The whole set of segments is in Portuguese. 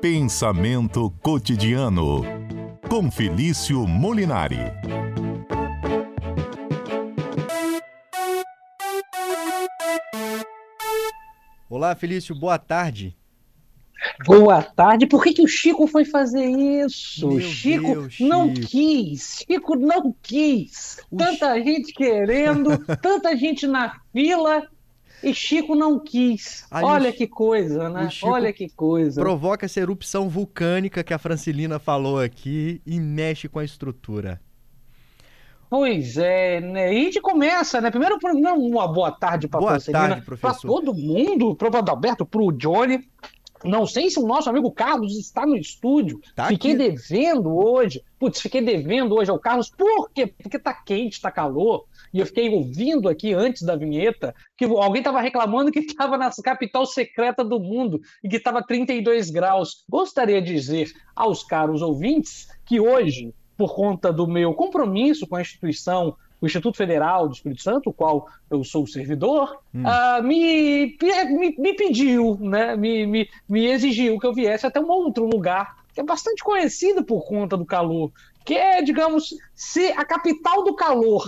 Pensamento cotidiano, com Felício Molinari. Olá, Felício, boa tarde. Boa tarde. Por que o Chico foi fazer isso? Meu Chico Deus, não Chico. quis. Chico não quis. Tanta gente querendo, tanta gente na fila e Chico não quis. Aí Olha que coisa, o né? Chico Olha que coisa. provoca essa erupção vulcânica que a Francilina falou aqui e mexe com a estrutura. Pois é, né? E a gente começa, né? Primeiro, uma boa tarde para a Boa tarde, Francelina, para professor. todo mundo, para o Adalberto, para o Johnny. Não sei se o nosso amigo Carlos está no estúdio. Tá Fiquei aqui. devendo hoje. Putz, fiquei devendo hoje ao Carlos. Por quê? Porque tá quente, tá calor. E eu fiquei ouvindo aqui antes da vinheta que alguém estava reclamando que estava na capital secreta do mundo e que estava 32 graus. Gostaria de dizer aos caros ouvintes que hoje, por conta do meu compromisso com a instituição, o Instituto Federal do Espírito Santo, o qual eu sou servidor, me pediu, né, me exigiu que eu viesse até um outro lugar, que é bastante conhecido por conta do calor, que é, digamos, se a capital do calor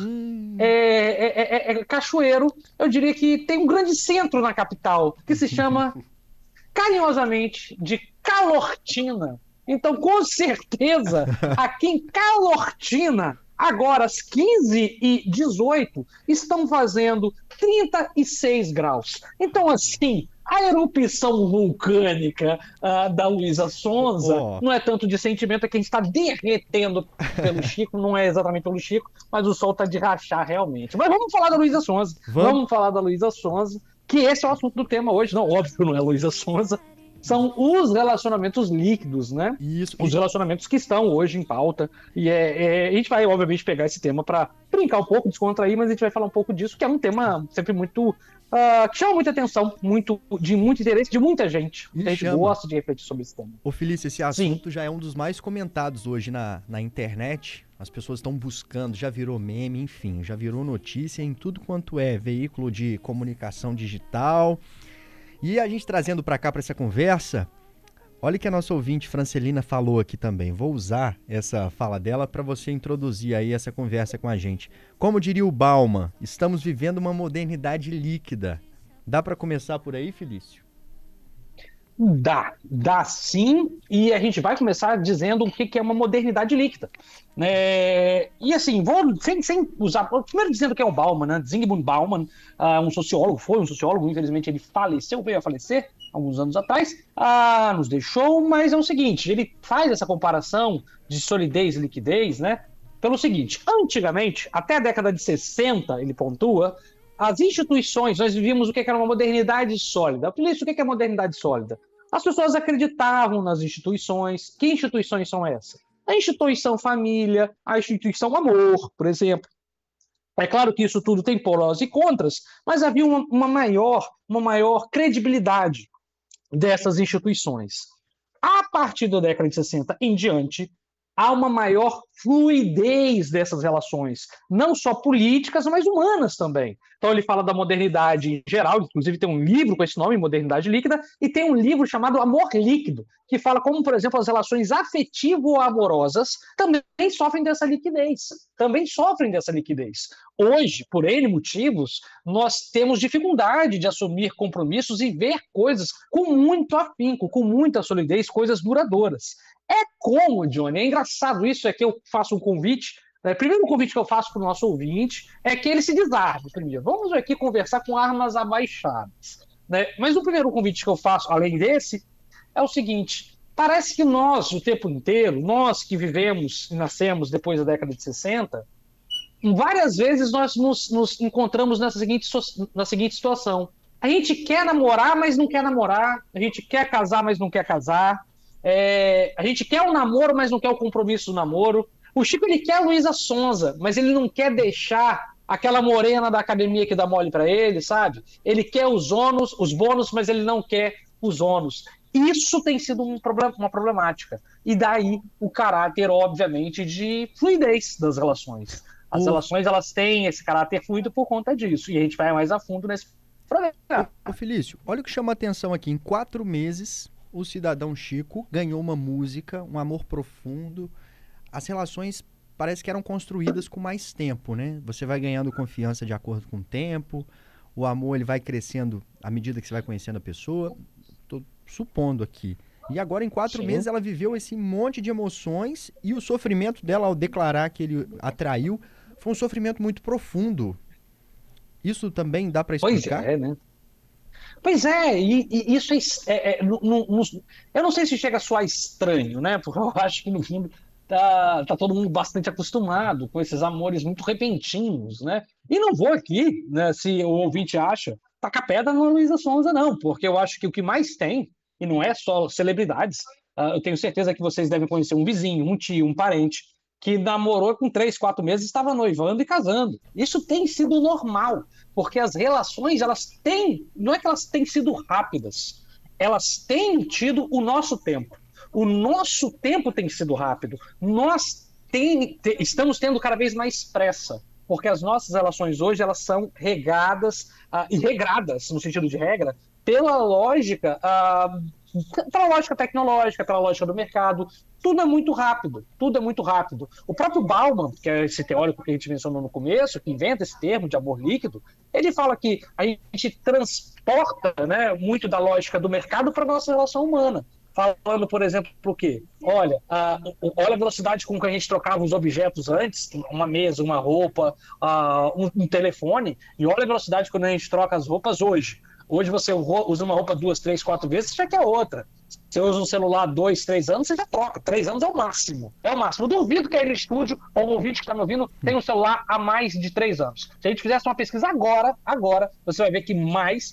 é Cachoeiro, eu diria que tem um grande centro na capital, que se chama, carinhosamente, de Calortina. Então, com certeza, aqui em Calortina, agora às 15h18, estão fazendo 36 graus. Então, assim, a erupção vulcânica da Luísa Sonza não é tanto de sentimento, é que a gente está derretendo pelo Chico, não é exatamente pelo Chico, mas o sol está de rachar realmente. Mas vamos falar da Luísa Sonza. Vamos falar da Luísa Sonza, que esse é o assunto do tema hoje. Não, óbvio que não é Luísa Sonza. São os relacionamentos líquidos, né? Isso. Os relacionamentos que estão hoje em pauta. E a gente vai, obviamente, pegar esse tema para brincar um pouco, descontrair, mas a gente vai falar um pouco disso, que é um tema sempre muito... que chama muita atenção, de muito interesse de muita gente. Muita gente gosta de refletir sobre esse tema. Ô, Felício, esse assunto já é um dos mais comentados hoje na internet. As pessoas estão buscando, já virou meme, enfim, já virou notícia em tudo quanto é veículo de comunicação digital. E a gente trazendo para cá, para essa conversa, olha o que a nossa ouvinte Francelina falou aqui também. Vou usar essa fala dela para você introduzir aí essa conversa com a gente. Como diria o Bauman, estamos vivendo uma modernidade líquida. Dá para começar por aí, Felício? Dá sim, e a gente vai começar dizendo o que é uma modernidade líquida. E assim, sem usar. Primeiro dizendo que é o Bauman, né? Zygmunt Bauman, foi um sociólogo, infelizmente ele faleceu, veio a falecer alguns anos atrás, nos deixou, mas é o seguinte, ele faz essa comparação de solidez e liquidez, né? Pelo seguinte, antigamente, até a década de 60, ele pontua, as instituições, nós vivíamos o que era uma modernidade sólida. Por isso, o que é modernidade sólida? As pessoas acreditavam nas instituições. Que instituições são essas? A instituição família, a instituição amor, por exemplo. É claro que isso tudo tem prós e contras, mas havia uma maior credibilidade dessas instituições. A partir da década de 60 em diante, há uma maior fluidez dessas relações, não só políticas, mas humanas também. Então ele fala da modernidade em geral, inclusive tem um livro com esse nome, Modernidade Líquida, e tem um livro chamado Amor Líquido, que fala como, por exemplo, as relações afetivo-amorosas também sofrem dessa liquidez. Hoje, por N motivos, nós temos dificuldade de assumir compromissos e ver coisas com muito afinco, com muita solidez, coisas duradouras. É como, Johnny, é engraçado isso, é que eu faço um convite, primeiro convite que eu faço para o nosso ouvinte é que ele se desarme primeiro. Vamos aqui conversar com armas abaixadas. Né? Mas o primeiro convite que eu faço, além desse, é o seguinte, parece que nós, o tempo inteiro, nós que vivemos e nascemos depois da década de 60, várias vezes nós nos encontramos na seguinte situação. A gente quer namorar, mas não quer namorar. A gente quer casar, mas não quer casar. A gente quer o namoro, mas não quer o compromisso do namoro. O Chico, ele quer a Luísa Sonza, mas ele não quer deixar aquela morena da academia que dá mole para ele, sabe? Ele quer os bônus, mas ele não quer os ônus. Isso tem sido uma problemática. E daí o caráter, obviamente, de fluidez das relações. As relações, elas têm esse caráter fluido por conta disso. E a gente vai mais a fundo nesse programa. Ô Felício, olha o que chama a atenção aqui. Em 4 meses, o cidadão Chico ganhou uma música, um amor profundo. As relações parece que eram construídas com mais tempo, né? Você vai ganhando confiança de acordo com o tempo, o amor ele vai crescendo à medida que você vai conhecendo a pessoa. Tô supondo aqui. E agora, em 4 meses, ela viveu esse monte de emoções e o sofrimento dela ao declarar que ele atraiu foi um sofrimento muito profundo. Isso também dá para explicar? Pois é, né? Pois é, e isso eu não sei se chega a soar estranho, né? Porque eu acho que no fundo tá todo mundo bastante acostumado com esses amores muito repentinos, né? E não vou aqui, né, se o ouvinte acha, tacar pedra na Luísa Sonza, não, porque eu acho que o que mais tem, e não é só celebridades, eu tenho certeza que vocês devem conhecer um vizinho, um tio, um parente, que namorou com 3, 4 meses, estava noivando e casando. Isso tem sido normal, porque as relações, não é que elas têm sido rápidas, elas têm tido o nosso tempo. O nosso tempo tem sido rápido. Nós estamos tendo cada vez mais pressa, porque as nossas relações hoje elas são regadas e regradas, no sentido de regra, pela lógica tecnológica, pela lógica do mercado. Tudo é muito rápido, tudo é muito rápido. O próprio Bauman, que é esse teórico que a gente mencionou no começo, que inventa esse termo de amor líquido, ele fala que a gente transporta, né, muito da lógica do mercado para a nossa relação humana. Falando, por exemplo, o quê? Olha a velocidade com que a gente trocava os objetos antes, uma mesa, uma roupa, um telefone, e olha a velocidade quando a gente troca as roupas hoje. Hoje você usa uma roupa 2, 3, 4 vezes, você já quer outra. Você usa um celular 2, 3 anos, você já troca. 3 anos é o máximo. É o máximo. Eu duvido que aí no estúdio, ou o ouvinte que está me ouvindo, tem um celular há mais de 3 anos. Se a gente fizesse uma pesquisa agora, você vai ver que mais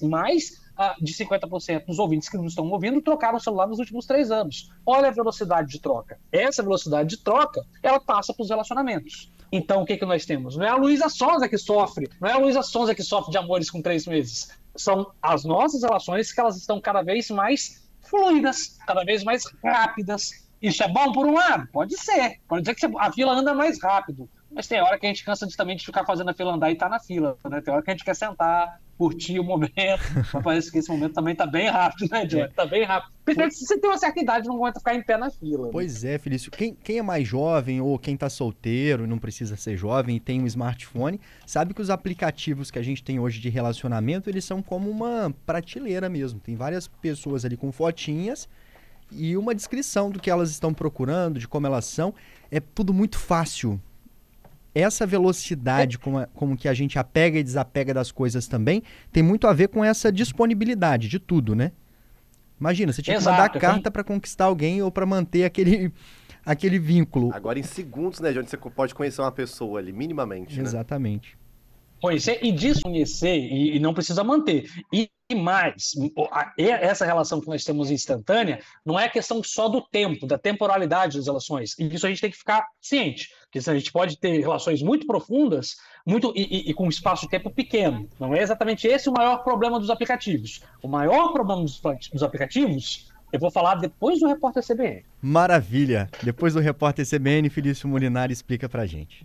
de 50% dos ouvintes que nos estão ouvindo trocaram o celular nos últimos 3 anos. Olha a velocidade de troca. Essa velocidade de troca, ela passa para os relacionamentos. Então, o que nós temos? Não é a Luísa Sonza que sofre, não é a Luísa Sonza que sofre de amores com 3 meses. São as nossas relações que elas estão cada vez mais fluidas, cada vez mais rápidas. Isso é bom por um lado? Pode ser que a fila anda mais rápido. Mas tem hora que a gente cansa também de ficar fazendo a fila andar e tá na fila, né? Tem hora que a gente quer sentar, curtir o momento, mas parece que esse momento também tá bem rápido, né, Johnny? Tá bem rápido. Principalmente se você tem uma certa idade, não aguenta ficar em pé na fila. Pois é, Felício. Quem é mais jovem ou quem tá solteiro e não precisa ser jovem e tem um smartphone, sabe que os aplicativos que a gente tem hoje de relacionamento, eles são como uma prateleira mesmo. Tem várias pessoas ali com fotinhas e uma descrição do que elas estão procurando, de como elas são. É tudo muito fácil. Essa velocidade como que a gente apega e desapega das coisas também tem muito a ver com essa disponibilidade de tudo, né? Imagina, você tinha que mandar carta para conquistar alguém ou para manter aquele vínculo. Agora em segundos, né, de onde você pode conhecer uma pessoa ali, minimamente, né? Exatamente. Conhecer e desconhecer e não precisa manter. E mais, essa relação que nós temos instantânea não é questão só do tempo, da temporalidade das relações. E isso a gente tem que ficar ciente. Porque a gente pode ter relações muito profundas e com um espaço de tempo pequeno. Não é exatamente esse o maior problema dos aplicativos. O maior problema dos aplicativos, eu vou falar depois do Repórter CBN. Maravilha! Depois do Repórter CBN, Felício Molinari explica pra gente.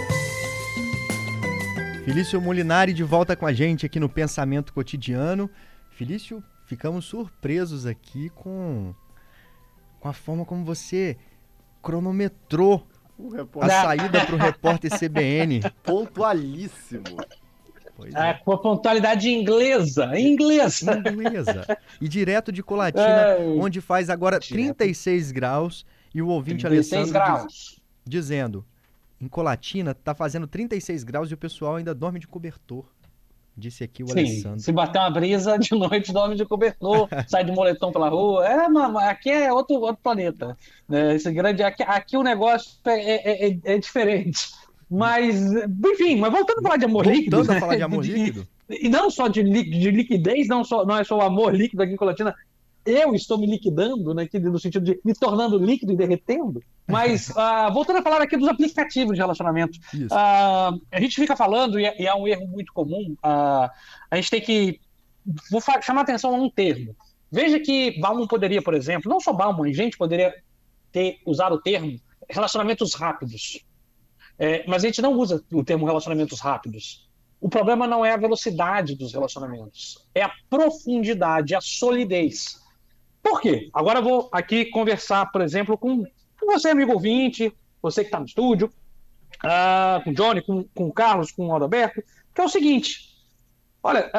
Felício Molinari de volta com a gente aqui no Pensamento Cotidiano. Felício, ficamos surpresos aqui com a forma como você cronometrou a saída para o Repórter CBN. Pontualíssimo. Com a pontualidade inglesa. Inglesa. E direto de Colatina, onde faz agora 36 graus. E o ouvinte Alessandro dizendo... Em Colatina, tá fazendo 36 graus e o pessoal ainda dorme de cobertor. Disse aqui o Alessandro. Se bater uma brisa, de noite dorme de cobertor, sai de moletom pela rua. Mas aqui é outro planeta. Né? Aqui o negócio é diferente. Mas, enfim, voltando a falar de amor líquido. Voltando a falar de amor líquido. E não só de liquidez, não é só o amor líquido aqui em Colatina. Eu estou me liquidando, né, no sentido de me tornando líquido e derretendo. Mas, voltando a falar aqui dos aplicativos de relacionamento. A gente fica falando, e é um erro muito comum, a gente tem que... Vou chamar a atenção a um termo. Veja que Bauman poderia, por exemplo, não só Bauman, a gente poderia usar o termo relacionamentos rápidos. Mas a gente não usa o termo relacionamentos rápidos. O problema não é a velocidade dos relacionamentos, é a profundidade, a solidez. Por quê? Agora eu vou aqui conversar, por exemplo, com você, amigo ouvinte, você que está no estúdio, com o Johnny, com o Carlos, com o Adalberto, que é o seguinte, olha,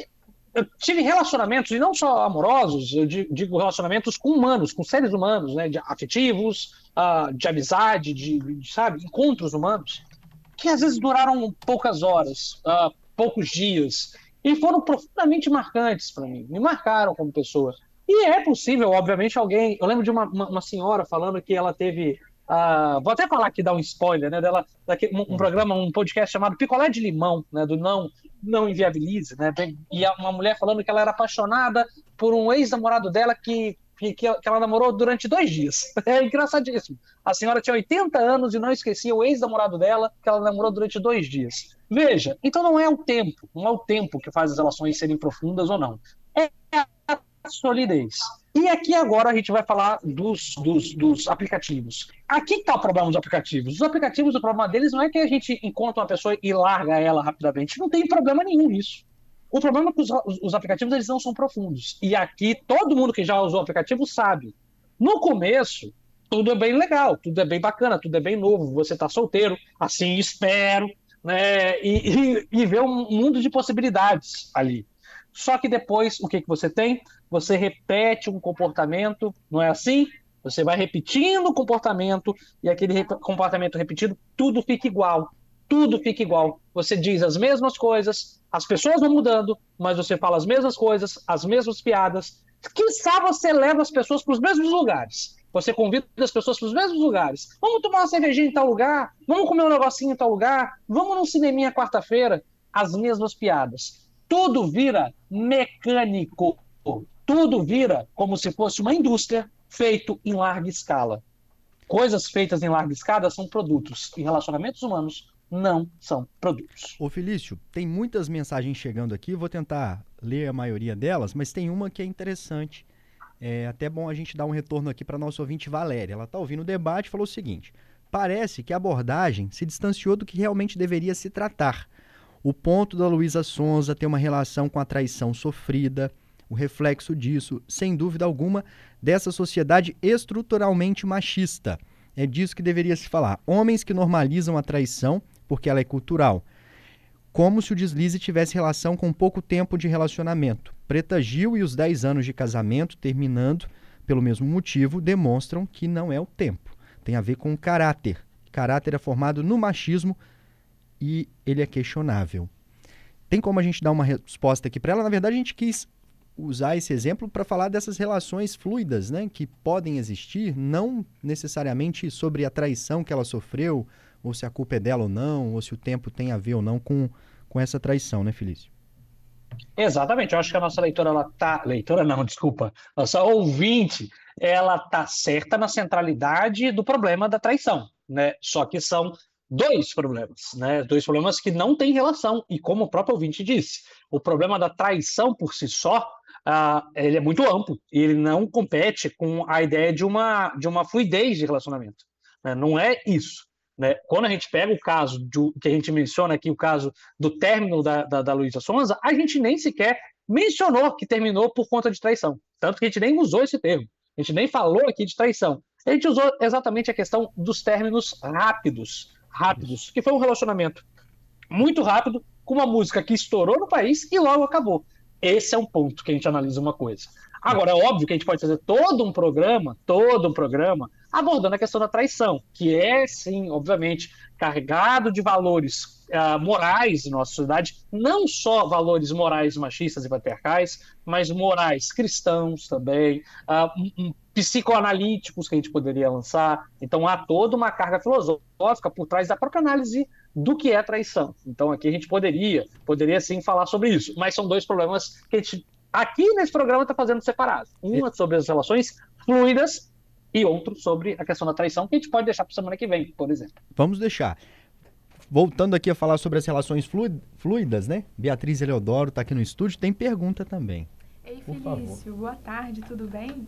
eu tive relacionamentos, e não só amorosos, eu digo relacionamentos com humanos, com seres humanos, né, de afetivos, de amizade, sabe, encontros humanos, que às vezes duraram poucas horas, poucos dias, e foram profundamente marcantes para mim, me marcaram como pessoa. E é possível, obviamente, alguém... Eu lembro de uma senhora falando que ela teve... vou até falar aqui, dar um spoiler, né, dela, um programa, um podcast chamado Picolé de Limão, né, do Não Inviabilize, né, e uma mulher falando que ela era apaixonada por um ex-namorado dela que ela namorou durante 2 dias. É engraçadíssimo. A senhora tinha 80 anos e não esquecia o ex-namorado dela que ela namorou durante 2 dias. Veja, então não é o tempo que faz as relações serem profundas ou não. É a solidez. E aqui agora a gente vai falar dos aplicativos. Aqui está o problema dos aplicativos. Os aplicativos, o problema deles não é que a gente encontra uma pessoa e larga ela rapidamente. Não tem problema nenhum nisso. O problema é que os aplicativos eles não são profundos. E aqui todo mundo que já usou o aplicativo sabe. No começo, tudo é bem legal, tudo é bem bacana, tudo é bem novo. Você está solteiro, assim espero, né? E vê um mundo de possibilidades ali. Só que depois, o que você tem? Você repete um comportamento, não é assim? Você vai repetindo o comportamento e aquele comportamento repetido, tudo fica igual. Tudo fica igual. Você diz as mesmas coisas, as pessoas vão mudando, mas você fala as mesmas coisas, as mesmas piadas. Quiçá você leva as pessoas para os mesmos lugares. Você convida as pessoas para os mesmos lugares. Vamos tomar uma cervejinha em tal lugar, vamos comer um negocinho em tal lugar, vamos num cineminha quarta-feira. As mesmas piadas. Tudo vira mecânico. Tudo vira como se fosse uma indústria feito em larga escala. Coisas feitas em larga escala são produtos. Em relacionamentos humanos, não são produtos. Ô Felício, tem muitas mensagens chegando aqui, vou tentar ler a maioria delas, mas tem uma que é interessante. É até bom a gente dar um retorno aqui para nossa ouvinte Valéria. Ela está ouvindo o debate e falou o seguinte: parece que a abordagem se distanciou do que realmente deveria se tratar. O ponto da Luísa Sonza ter uma relação com a traição sofrida, o reflexo disso, sem dúvida alguma, dessa sociedade estruturalmente machista. É disso que deveria se falar. Homens que normalizam a traição porque ela é cultural. Como se o deslize tivesse relação com pouco tempo de relacionamento. Preta Gil e os 10 anos de casamento, terminando pelo mesmo motivo, demonstram que não é o tempo. Tem a ver com o caráter. Caráter é formado no machismo e ele é questionável. Tem como a gente dar uma resposta aqui para ela? Na verdade, a gente quis usar esse exemplo para falar dessas relações fluidas, né, que podem existir, não necessariamente sobre a traição que ela sofreu, ou se a culpa é dela ou não, ou se o tempo tem a ver ou não com essa traição, né, Felício? Exatamente, eu acho que a nossa nossa ouvinte, ela tá certa na centralidade do problema da traição, né? Só que são 2 problemas, né? 2 problemas que não têm relação, e como o próprio ouvinte disse, o problema da traição por si só, ele é muito amplo, e ele não compete com a ideia de uma fluidez de relacionamento, né? Não é isso. Né? Quando a gente pega o caso que a gente menciona aqui, o caso do término da Luísa Sonza, a gente nem sequer mencionou que terminou por conta de traição. Tanto que a gente nem usou esse termo. A gente nem falou aqui de traição. A gente usou exatamente a questão dos términos rápidos, que foi um relacionamento muito rápido, com uma música que estourou no país e logo acabou. Esse é um ponto que a gente analisa uma coisa. Agora, é óbvio que a gente pode fazer todo um programa abordando a questão da traição, que é, sim, obviamente, carregado de valores morais na nossa sociedade, não só valores morais machistas e patriarcais, mas morais cristãos também, psicoanalíticos que a gente poderia lançar. Então, há toda uma carga filosófica por trás da própria análise do que é traição. Então, aqui a gente poderia sim falar sobre isso, mas são 2 problemas que a gente, aqui nesse programa, está fazendo separado. Uma sobre as relações fluidas e outro sobre a questão da traição, que a gente pode deixar para semana que vem, por exemplo. Vamos deixar. Voltando aqui a falar sobre as relações fluidas, né? Beatriz Eleodoro está aqui no estúdio, tem pergunta também. Ei, Felício, boa tarde, tudo bem?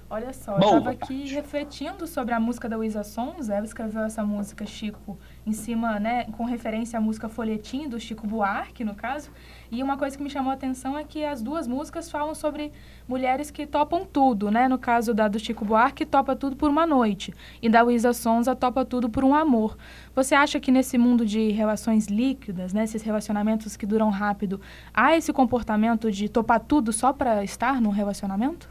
Olha só, eu Boa estava aqui tarde. refletindo sobre a música da Luísa Sonza. Ela escreveu essa música, Chico, em cima, né, com referência à música Folhetim, do Chico Buarque, no caso. E uma coisa que me chamou a atenção é que as duas músicas falam sobre mulheres que topam tudo, né? No caso da do Chico Buarque, topa tudo por uma noite. E da Luísa Sonza, topa tudo por um amor. Você acha que nesse mundo de relações líquidas, né, esses relacionamentos que duram rápido, há esse comportamento de topar tudo só para estar num relacionamento?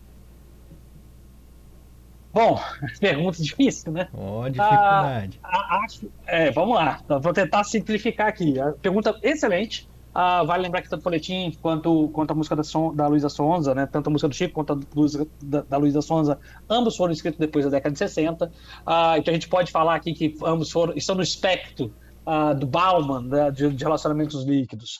Bom, pergunta difícil, né? Ó, dificuldade. Vamos lá. Eu vou tentar simplificar aqui. A pergunta excelente. Vale lembrar que tanto o Folhetim quanto a música da Luísa Sonza, né? Tanto a música do Chico quanto a da Luísa Sonza, ambos foram escritos depois da década de 60. Então a gente pode falar aqui que ambos estão no espectro do Bauman, né? de relacionamentos líquidos.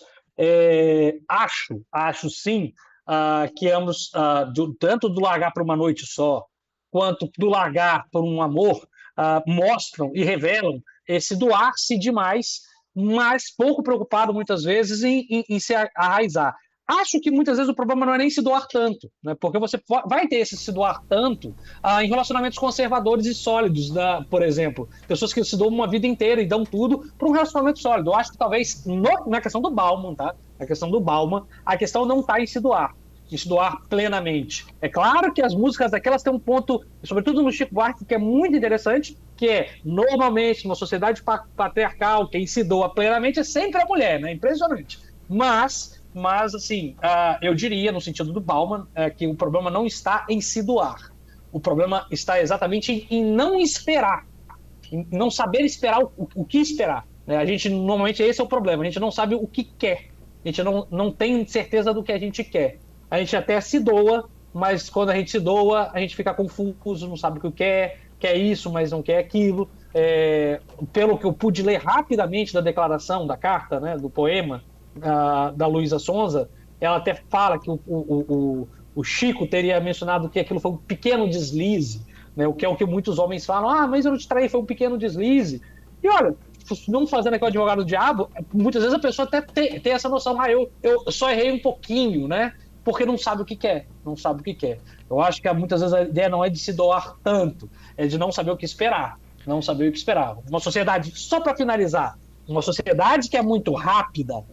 Acho sim, que ambos, tanto do Largar por uma Noite Só, quanto do Largar por um Amor, mostram e revelam esse doar-se demais, mas pouco preocupado muitas vezes em se arraizar. Acho que muitas vezes o problema não é nem se doar tanto, né? Porque você vai ter esse se doar tanto em relacionamentos conservadores e sólidos, por exemplo, pessoas que se doam uma vida inteira e dão tudo para um relacionamento sólido. Eu acho que talvez na questão do Bauman, tá? Na questão do Bauman, a questão não está em se doar plenamente. É claro que as músicas daquelas têm um ponto, sobretudo no Chico Buarque, que é muito interessante, que é, normalmente, numa sociedade patriarcal, quem se doa plenamente é sempre a mulher, né? Impressionante. Mas assim, eu diria, no sentido do Bauman, que o problema não está em se doar. O problema está exatamente em não esperar, em não saber esperar o que esperar. Né? A gente, normalmente, esse é o problema, a gente não sabe o que quer. A gente não tem certeza do que a gente quer. A gente até se doa, mas quando a gente se doa, a gente fica confuso, não sabe o que quer isso, mas não quer aquilo. Pelo que eu pude ler rapidamente da declaração, da carta, né, do poema da Luísa Sonza, ela até fala que o Chico teria mencionado que aquilo foi um pequeno deslize, né, o que é o que muitos homens falam, mas eu não te traí, foi um pequeno deslize. E olha, não fazendo aqui o advogado do diabo, muitas vezes a pessoa até tem essa noção, eu só errei um pouquinho, né? Porque não sabe o que quer, Eu acho que muitas vezes a ideia não é de se doar tanto, é de não saber o que esperar, Uma sociedade, só para finalizar, uma sociedade que é muito rápida,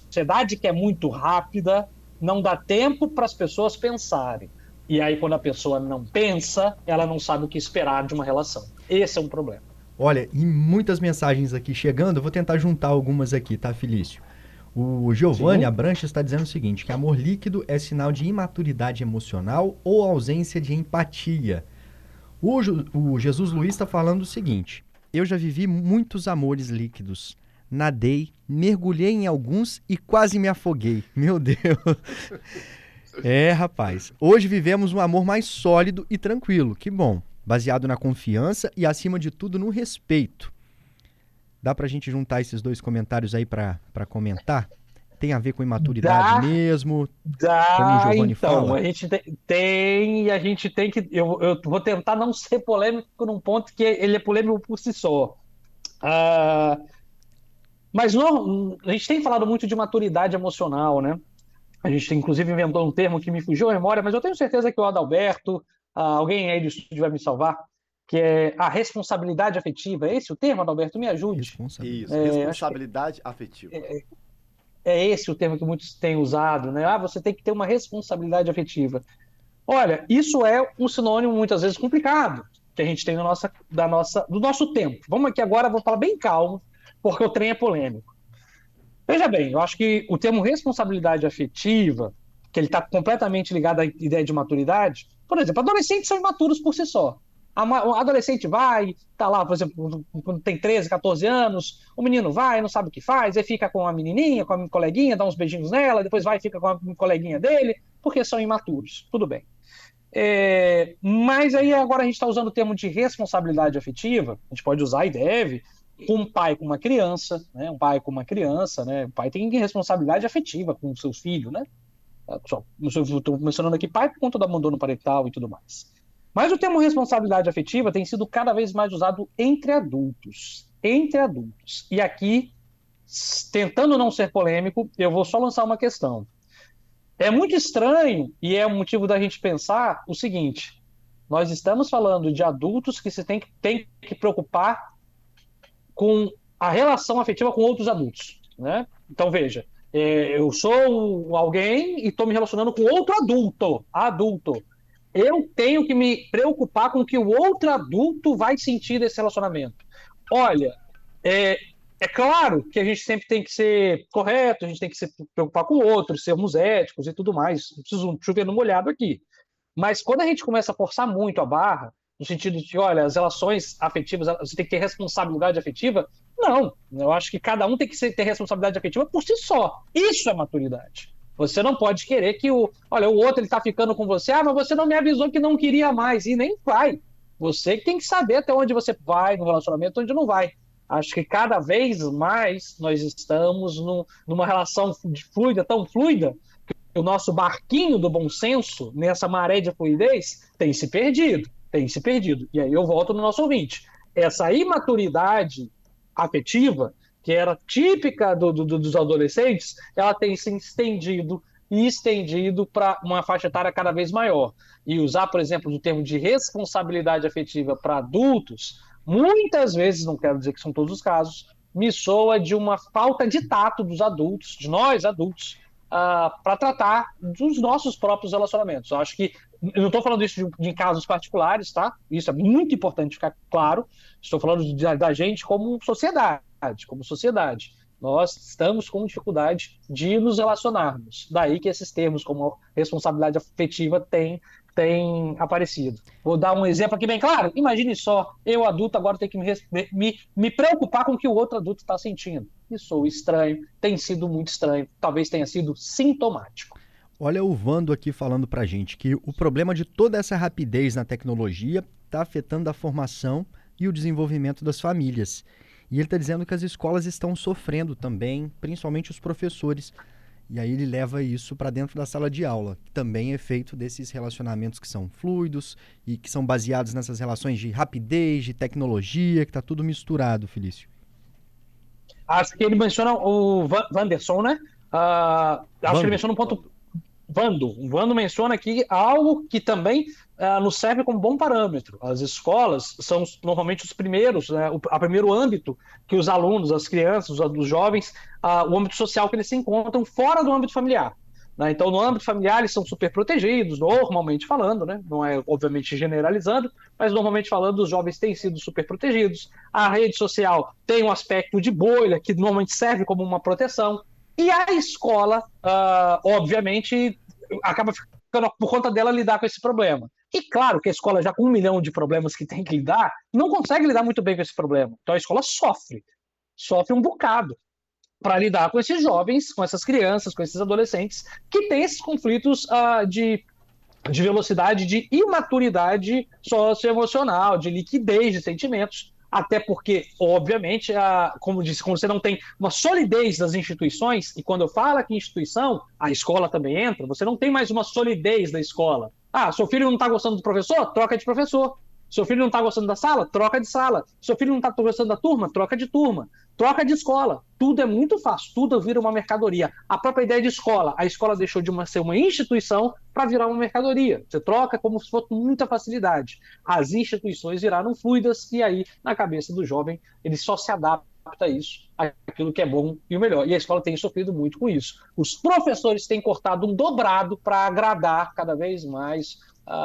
não dá tempo para as pessoas pensarem. E aí, quando a pessoa não pensa, ela não sabe o que esperar de uma relação. Esse é um problema. Olha, e muitas mensagens aqui chegando, eu vou tentar juntar algumas aqui, tá, Felício? O Giovanni Abranches está dizendo o seguinte, que amor líquido é sinal de imaturidade emocional ou ausência de empatia. O Jesus Luiz está falando o seguinte, eu já vivi muitos amores líquidos, nadei, mergulhei em alguns e quase me afoguei. Meu Deus! Rapaz, hoje vivemos um amor mais sólido e tranquilo, que bom, baseado na confiança e acima de tudo no respeito. Dá pra gente juntar esses dois comentários aí pra comentar? Tem a ver com imaturidade mesmo? Como o Giovanni fala? A gente tem que... Eu vou tentar não ser polêmico num ponto que ele é polêmico por si só. Mas a gente tem falado muito de maturidade emocional, né? A gente, inclusive, inventou um termo que me fugiu a memória, mas eu tenho certeza que o Adalberto, alguém aí do estúdio vai me salvar, que é a responsabilidade afetiva. É esse o termo, Adalberto? Me ajude. Responsabilidade afetiva. É esse o termo que muitos têm usado, né? Você tem que ter uma responsabilidade afetiva. Olha, isso é um sinônimo muitas vezes complicado que a gente tem do nosso tempo. Vamos aqui agora, vou falar bem calmo, porque o trem é polêmico. Veja bem, eu acho que o termo responsabilidade afetiva, que ele está completamente ligado à ideia de maturidade, por exemplo, adolescentes são imaturos por si só. O adolescente tá lá, por exemplo, quando tem 13, 14 anos, o menino vai, não sabe o que faz, aí fica com a menininha, com a coleguinha, dá uns beijinhos nela, depois vai e fica com a coleguinha dele, porque são imaturos, tudo bem. Mas aí agora a gente está usando o termo de responsabilidade afetiva, a gente pode usar e deve, com um pai com uma criança, né? Um pai o pai tem responsabilidade afetiva com o seu filho, né? Estou mencionando aqui pai por conta do abandono parental e tudo mais. Mas o termo responsabilidade afetiva tem sido cada vez mais usado entre adultos. E aqui, tentando não ser polêmico, eu vou só lançar uma questão. É muito estranho, e é um motivo da gente pensar o seguinte, Nós estamos falando de adultos que se tem que preocupar com a relação afetiva com outros adultos, né? Então, veja, eu sou alguém e estou me relacionando com outro adulto. Eu tenho que me preocupar com o que o outro adulto vai sentir desse relacionamento. Olha, é claro que a gente sempre tem que ser correto, a gente tem que se preocupar com o outro, sermos éticos e tudo mais. Não preciso chover no molhado aqui. Mas quando a gente começa a forçar muito a barra, no sentido de, olha, as relações afetivas, você tem que ter responsabilidade afetiva, não. Eu acho que cada um tem que ter responsabilidade afetiva por si só. Isso é maturidade. Você não pode querer que o outro ele tá ficando com você, mas você não me avisou que não queria mais, e nem vai. Você tem que saber até onde você vai no relacionamento, onde não vai. Acho que cada vez mais nós estamos numa relação fluida, tão fluida, que o nosso barquinho do bom senso, nessa maré de fluidez, tem se perdido. E aí eu volto no nosso ouvinte. Essa imaturidade afetiva, que era típica dos adolescentes, ela tem se estendido para uma faixa etária cada vez maior. E usar, por exemplo, o termo de responsabilidade afetiva para adultos, muitas vezes, não quero dizer que são todos os casos, me soa de uma falta de tato dos adultos, de nós adultos, para tratar dos nossos próprios relacionamentos. Eu acho que, eu não estou falando isso de casos particulares, tá? Isso é muito importante ficar claro. Estou falando da gente como sociedade. Nós estamos com dificuldade de nos relacionarmos. Daí que esses termos como responsabilidade afetiva têm aparecido. Vou dar um exemplo aqui bem claro. Imagine só, eu adulto agora tenho que me preocupar com o que o outro adulto está sentindo. Isso estranho, tem sido muito estranho, talvez tenha sido sintomático. Olha o Vando aqui falando pra gente que o problema de toda essa rapidez na tecnologia está afetando a formação e o desenvolvimento das famílias. E ele está dizendo que as escolas estão sofrendo também, principalmente os professores. E aí ele leva isso para dentro da sala de aula, que também é feito desses relacionamentos que são fluidos e que são baseados nessas relações de rapidez, de tecnologia, que está tudo misturado, Felício. Acho que ele menciona o Wanderson, né? Acho que ele menciona um ponto... O Vando menciona aqui algo que também nos serve como bom parâmetro. As escolas são normalmente os primeiros, né, o primeiro âmbito que os alunos, as crianças, os jovens, o âmbito social que eles se encontram fora do âmbito familiar. Né? Então, no âmbito familiar, eles são super protegidos, normalmente falando, né? Não é obviamente generalizando, mas normalmente falando, os jovens têm sido super protegidos. A rede social tem um aspecto de bolha, que normalmente serve como uma proteção. E a escola, obviamente, acaba ficando por conta dela lidar com esse problema. E claro que a escola, já com 1 milhão de problemas que tem que lidar, não consegue lidar muito bem com esse problema. Então a escola sofre um bocado para lidar com esses jovens, com essas crianças, com esses adolescentes que têm esses conflitos de velocidade, de imaturidade socioemocional, de liquidez de sentimentos. Até porque, obviamente, como disse, quando você não tem uma solidez das instituições, e quando eu falo aqui instituição, a escola também entra, você não tem mais uma solidez da escola. Seu filho não está gostando do professor? Troca de professor. Seu filho não está gostando da sala? Troca de sala. Seu filho não está gostando da turma? Troca de turma. Troca de escola. Tudo é muito fácil, tudo vira uma mercadoria. A própria ideia de escola, a escola deixou de ser uma instituição para virar uma mercadoria. Você troca como se fosse com muita facilidade. As instituições viraram fluidas e aí, na cabeça do jovem, ele só se adapta a isso, aquilo que é bom e o melhor. E a escola tem sofrido muito com isso. Os professores têm cortado um dobrado para agradar cada vez mais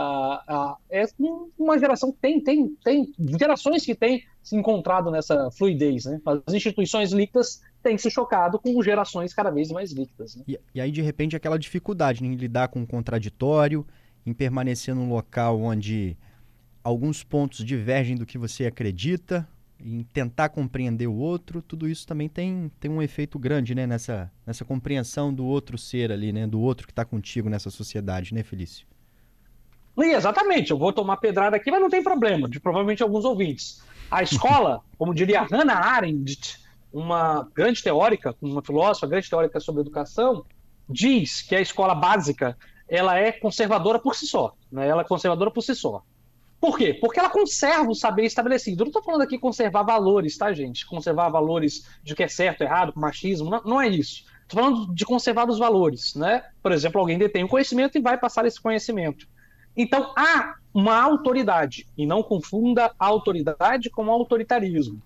é uma geração que tem gerações que têm se encontrado nessa fluidez, né? As instituições líquidas têm se chocado com gerações cada vez mais líquidas, né? E aí, de repente, aquela dificuldade em lidar com o contraditório, em permanecer num local onde alguns pontos divergem do que você acredita, em tentar compreender o outro, tudo isso também tem um efeito grande, né? Nessa compreensão do outro ser ali, né? Do outro que está contigo nessa sociedade, né, Felício? Exatamente, eu vou tomar pedrada aqui, mas não tem problema, de provavelmente alguns ouvintes. A escola, como diria Hannah Arendt, uma grande teórica, uma filósofa, grande teórica sobre educação, diz que a escola básica, ela é conservadora por si só, né? Ela é conservadora por si só. Por quê? Porque ela conserva o saber estabelecido. Eu não estou falando aqui conservar valores, tá, gente? Conservar valores de que é certo, errado, machismo, não é isso. Estou falando de conservar os valores, né? Por exemplo, alguém detém o conhecimento e vai passar esse conhecimento. Então, há uma autoridade, e não confunda autoridade com autoritarismo.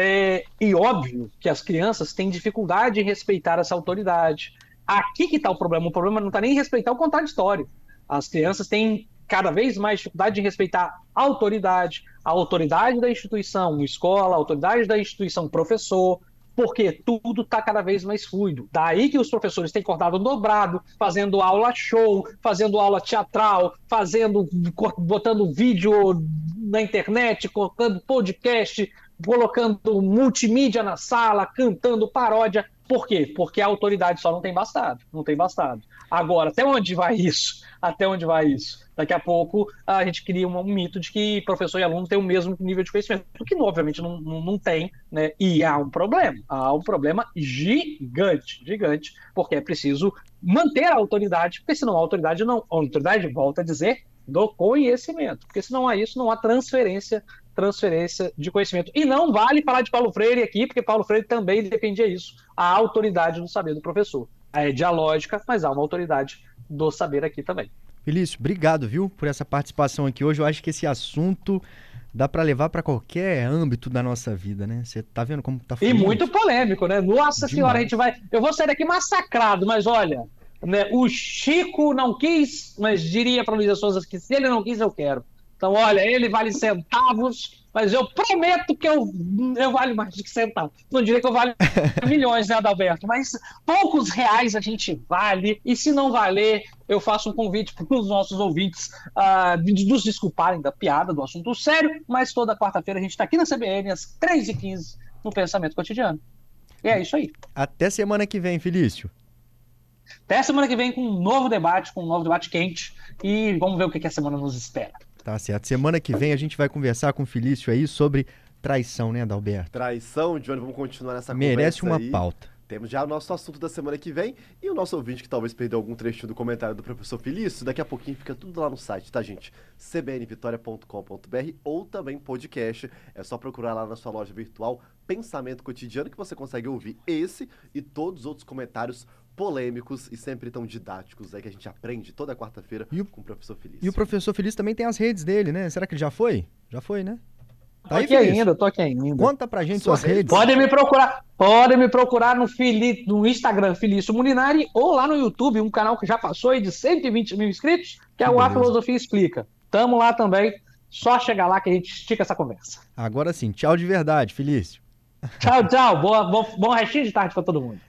E óbvio que as crianças têm dificuldade em respeitar essa autoridade. Aqui que está o problema não está nem em respeitar o contraditório. As crianças têm cada vez mais dificuldade em respeitar a autoridade da instituição, escola, a autoridade da instituição, professor, porque tudo está cada vez mais fluido. Daí que os professores têm acordado dobrado, fazendo aula show, fazendo aula teatral, botando vídeo na internet, colocando podcast, colocando multimídia na sala, cantando paródia. Por quê? Porque a autoridade só não tem bastado. Não tem bastado. Agora, até onde vai isso? Até onde vai isso? Daqui a pouco a gente cria um mito de que professor e aluno têm o mesmo nível de conhecimento, o que obviamente não tem, né? E há um problema gigante, porque é preciso manter a autoridade, porque senão a autoridade, volta a dizer, do conhecimento, porque senão há isso, não há transferência de conhecimento. E não vale falar de Paulo Freire aqui, porque Paulo Freire também defendia isso, a autoridade do saber do professor. É dialógica, mas há uma autoridade do saber aqui também. Felício, obrigado, viu, por essa participação aqui hoje. Eu acho que esse assunto dá para levar para qualquer âmbito da nossa vida, né? Você tá vendo como tá fluindo? E muito polêmico, né? Nossa Senhora, eu vou sair daqui massacrado, mas olha, né, o Chico não quis, mas diria para o Luiz de Souza que se ele não quis, eu quero. Então, olha, ele vale centavos, mas eu prometo que eu valho mais do que centavos. Não diria que eu valho milhões, né, Adalberto? Mas poucos reais a gente vale, e se não valer, eu faço um convite para os nossos ouvintes de nos desculparem da piada, do assunto sério, mas toda quarta-feira a gente está aqui na CBN, às 3h15, no Pensamento Cotidiano. E é isso aí. Até semana que vem, Felício. Até semana que vem com um novo debate quente, e vamos ver o que a semana nos espera. Tá certo. Semana que vem a gente vai conversar com o Felício aí sobre traição, né, Adalberto? Traição, Johnny, vamos continuar nessa Merece conversa uma pauta. Temos já o nosso assunto da semana que vem e o nosso ouvinte que talvez perdeu algum trechinho do comentário do professor Felício, daqui a pouquinho fica tudo lá no site, tá, gente? cbnvitoria.com.br ou também podcast. É só procurar lá na sua loja virtual Pensamento Cotidiano que você consegue ouvir esse e todos os outros comentários polêmicos e sempre tão didáticos aí que a gente aprende toda quarta-feira com o professor Felício. E o professor Felício também tem as redes dele, né? Será que ele já foi? Já foi, né? Tô aqui ainda. Conta pra gente suas redes. Podem me procurar no Instagram, Felício Molinari, ou lá no YouTube, um canal que já passou aí de 120 mil inscritos, que é o A Filosofia Explica. Tamo lá também, só chegar lá que a gente estica essa conversa. Agora sim, tchau de verdade, Felício. Tchau. Bom restinho de tarde pra todo mundo.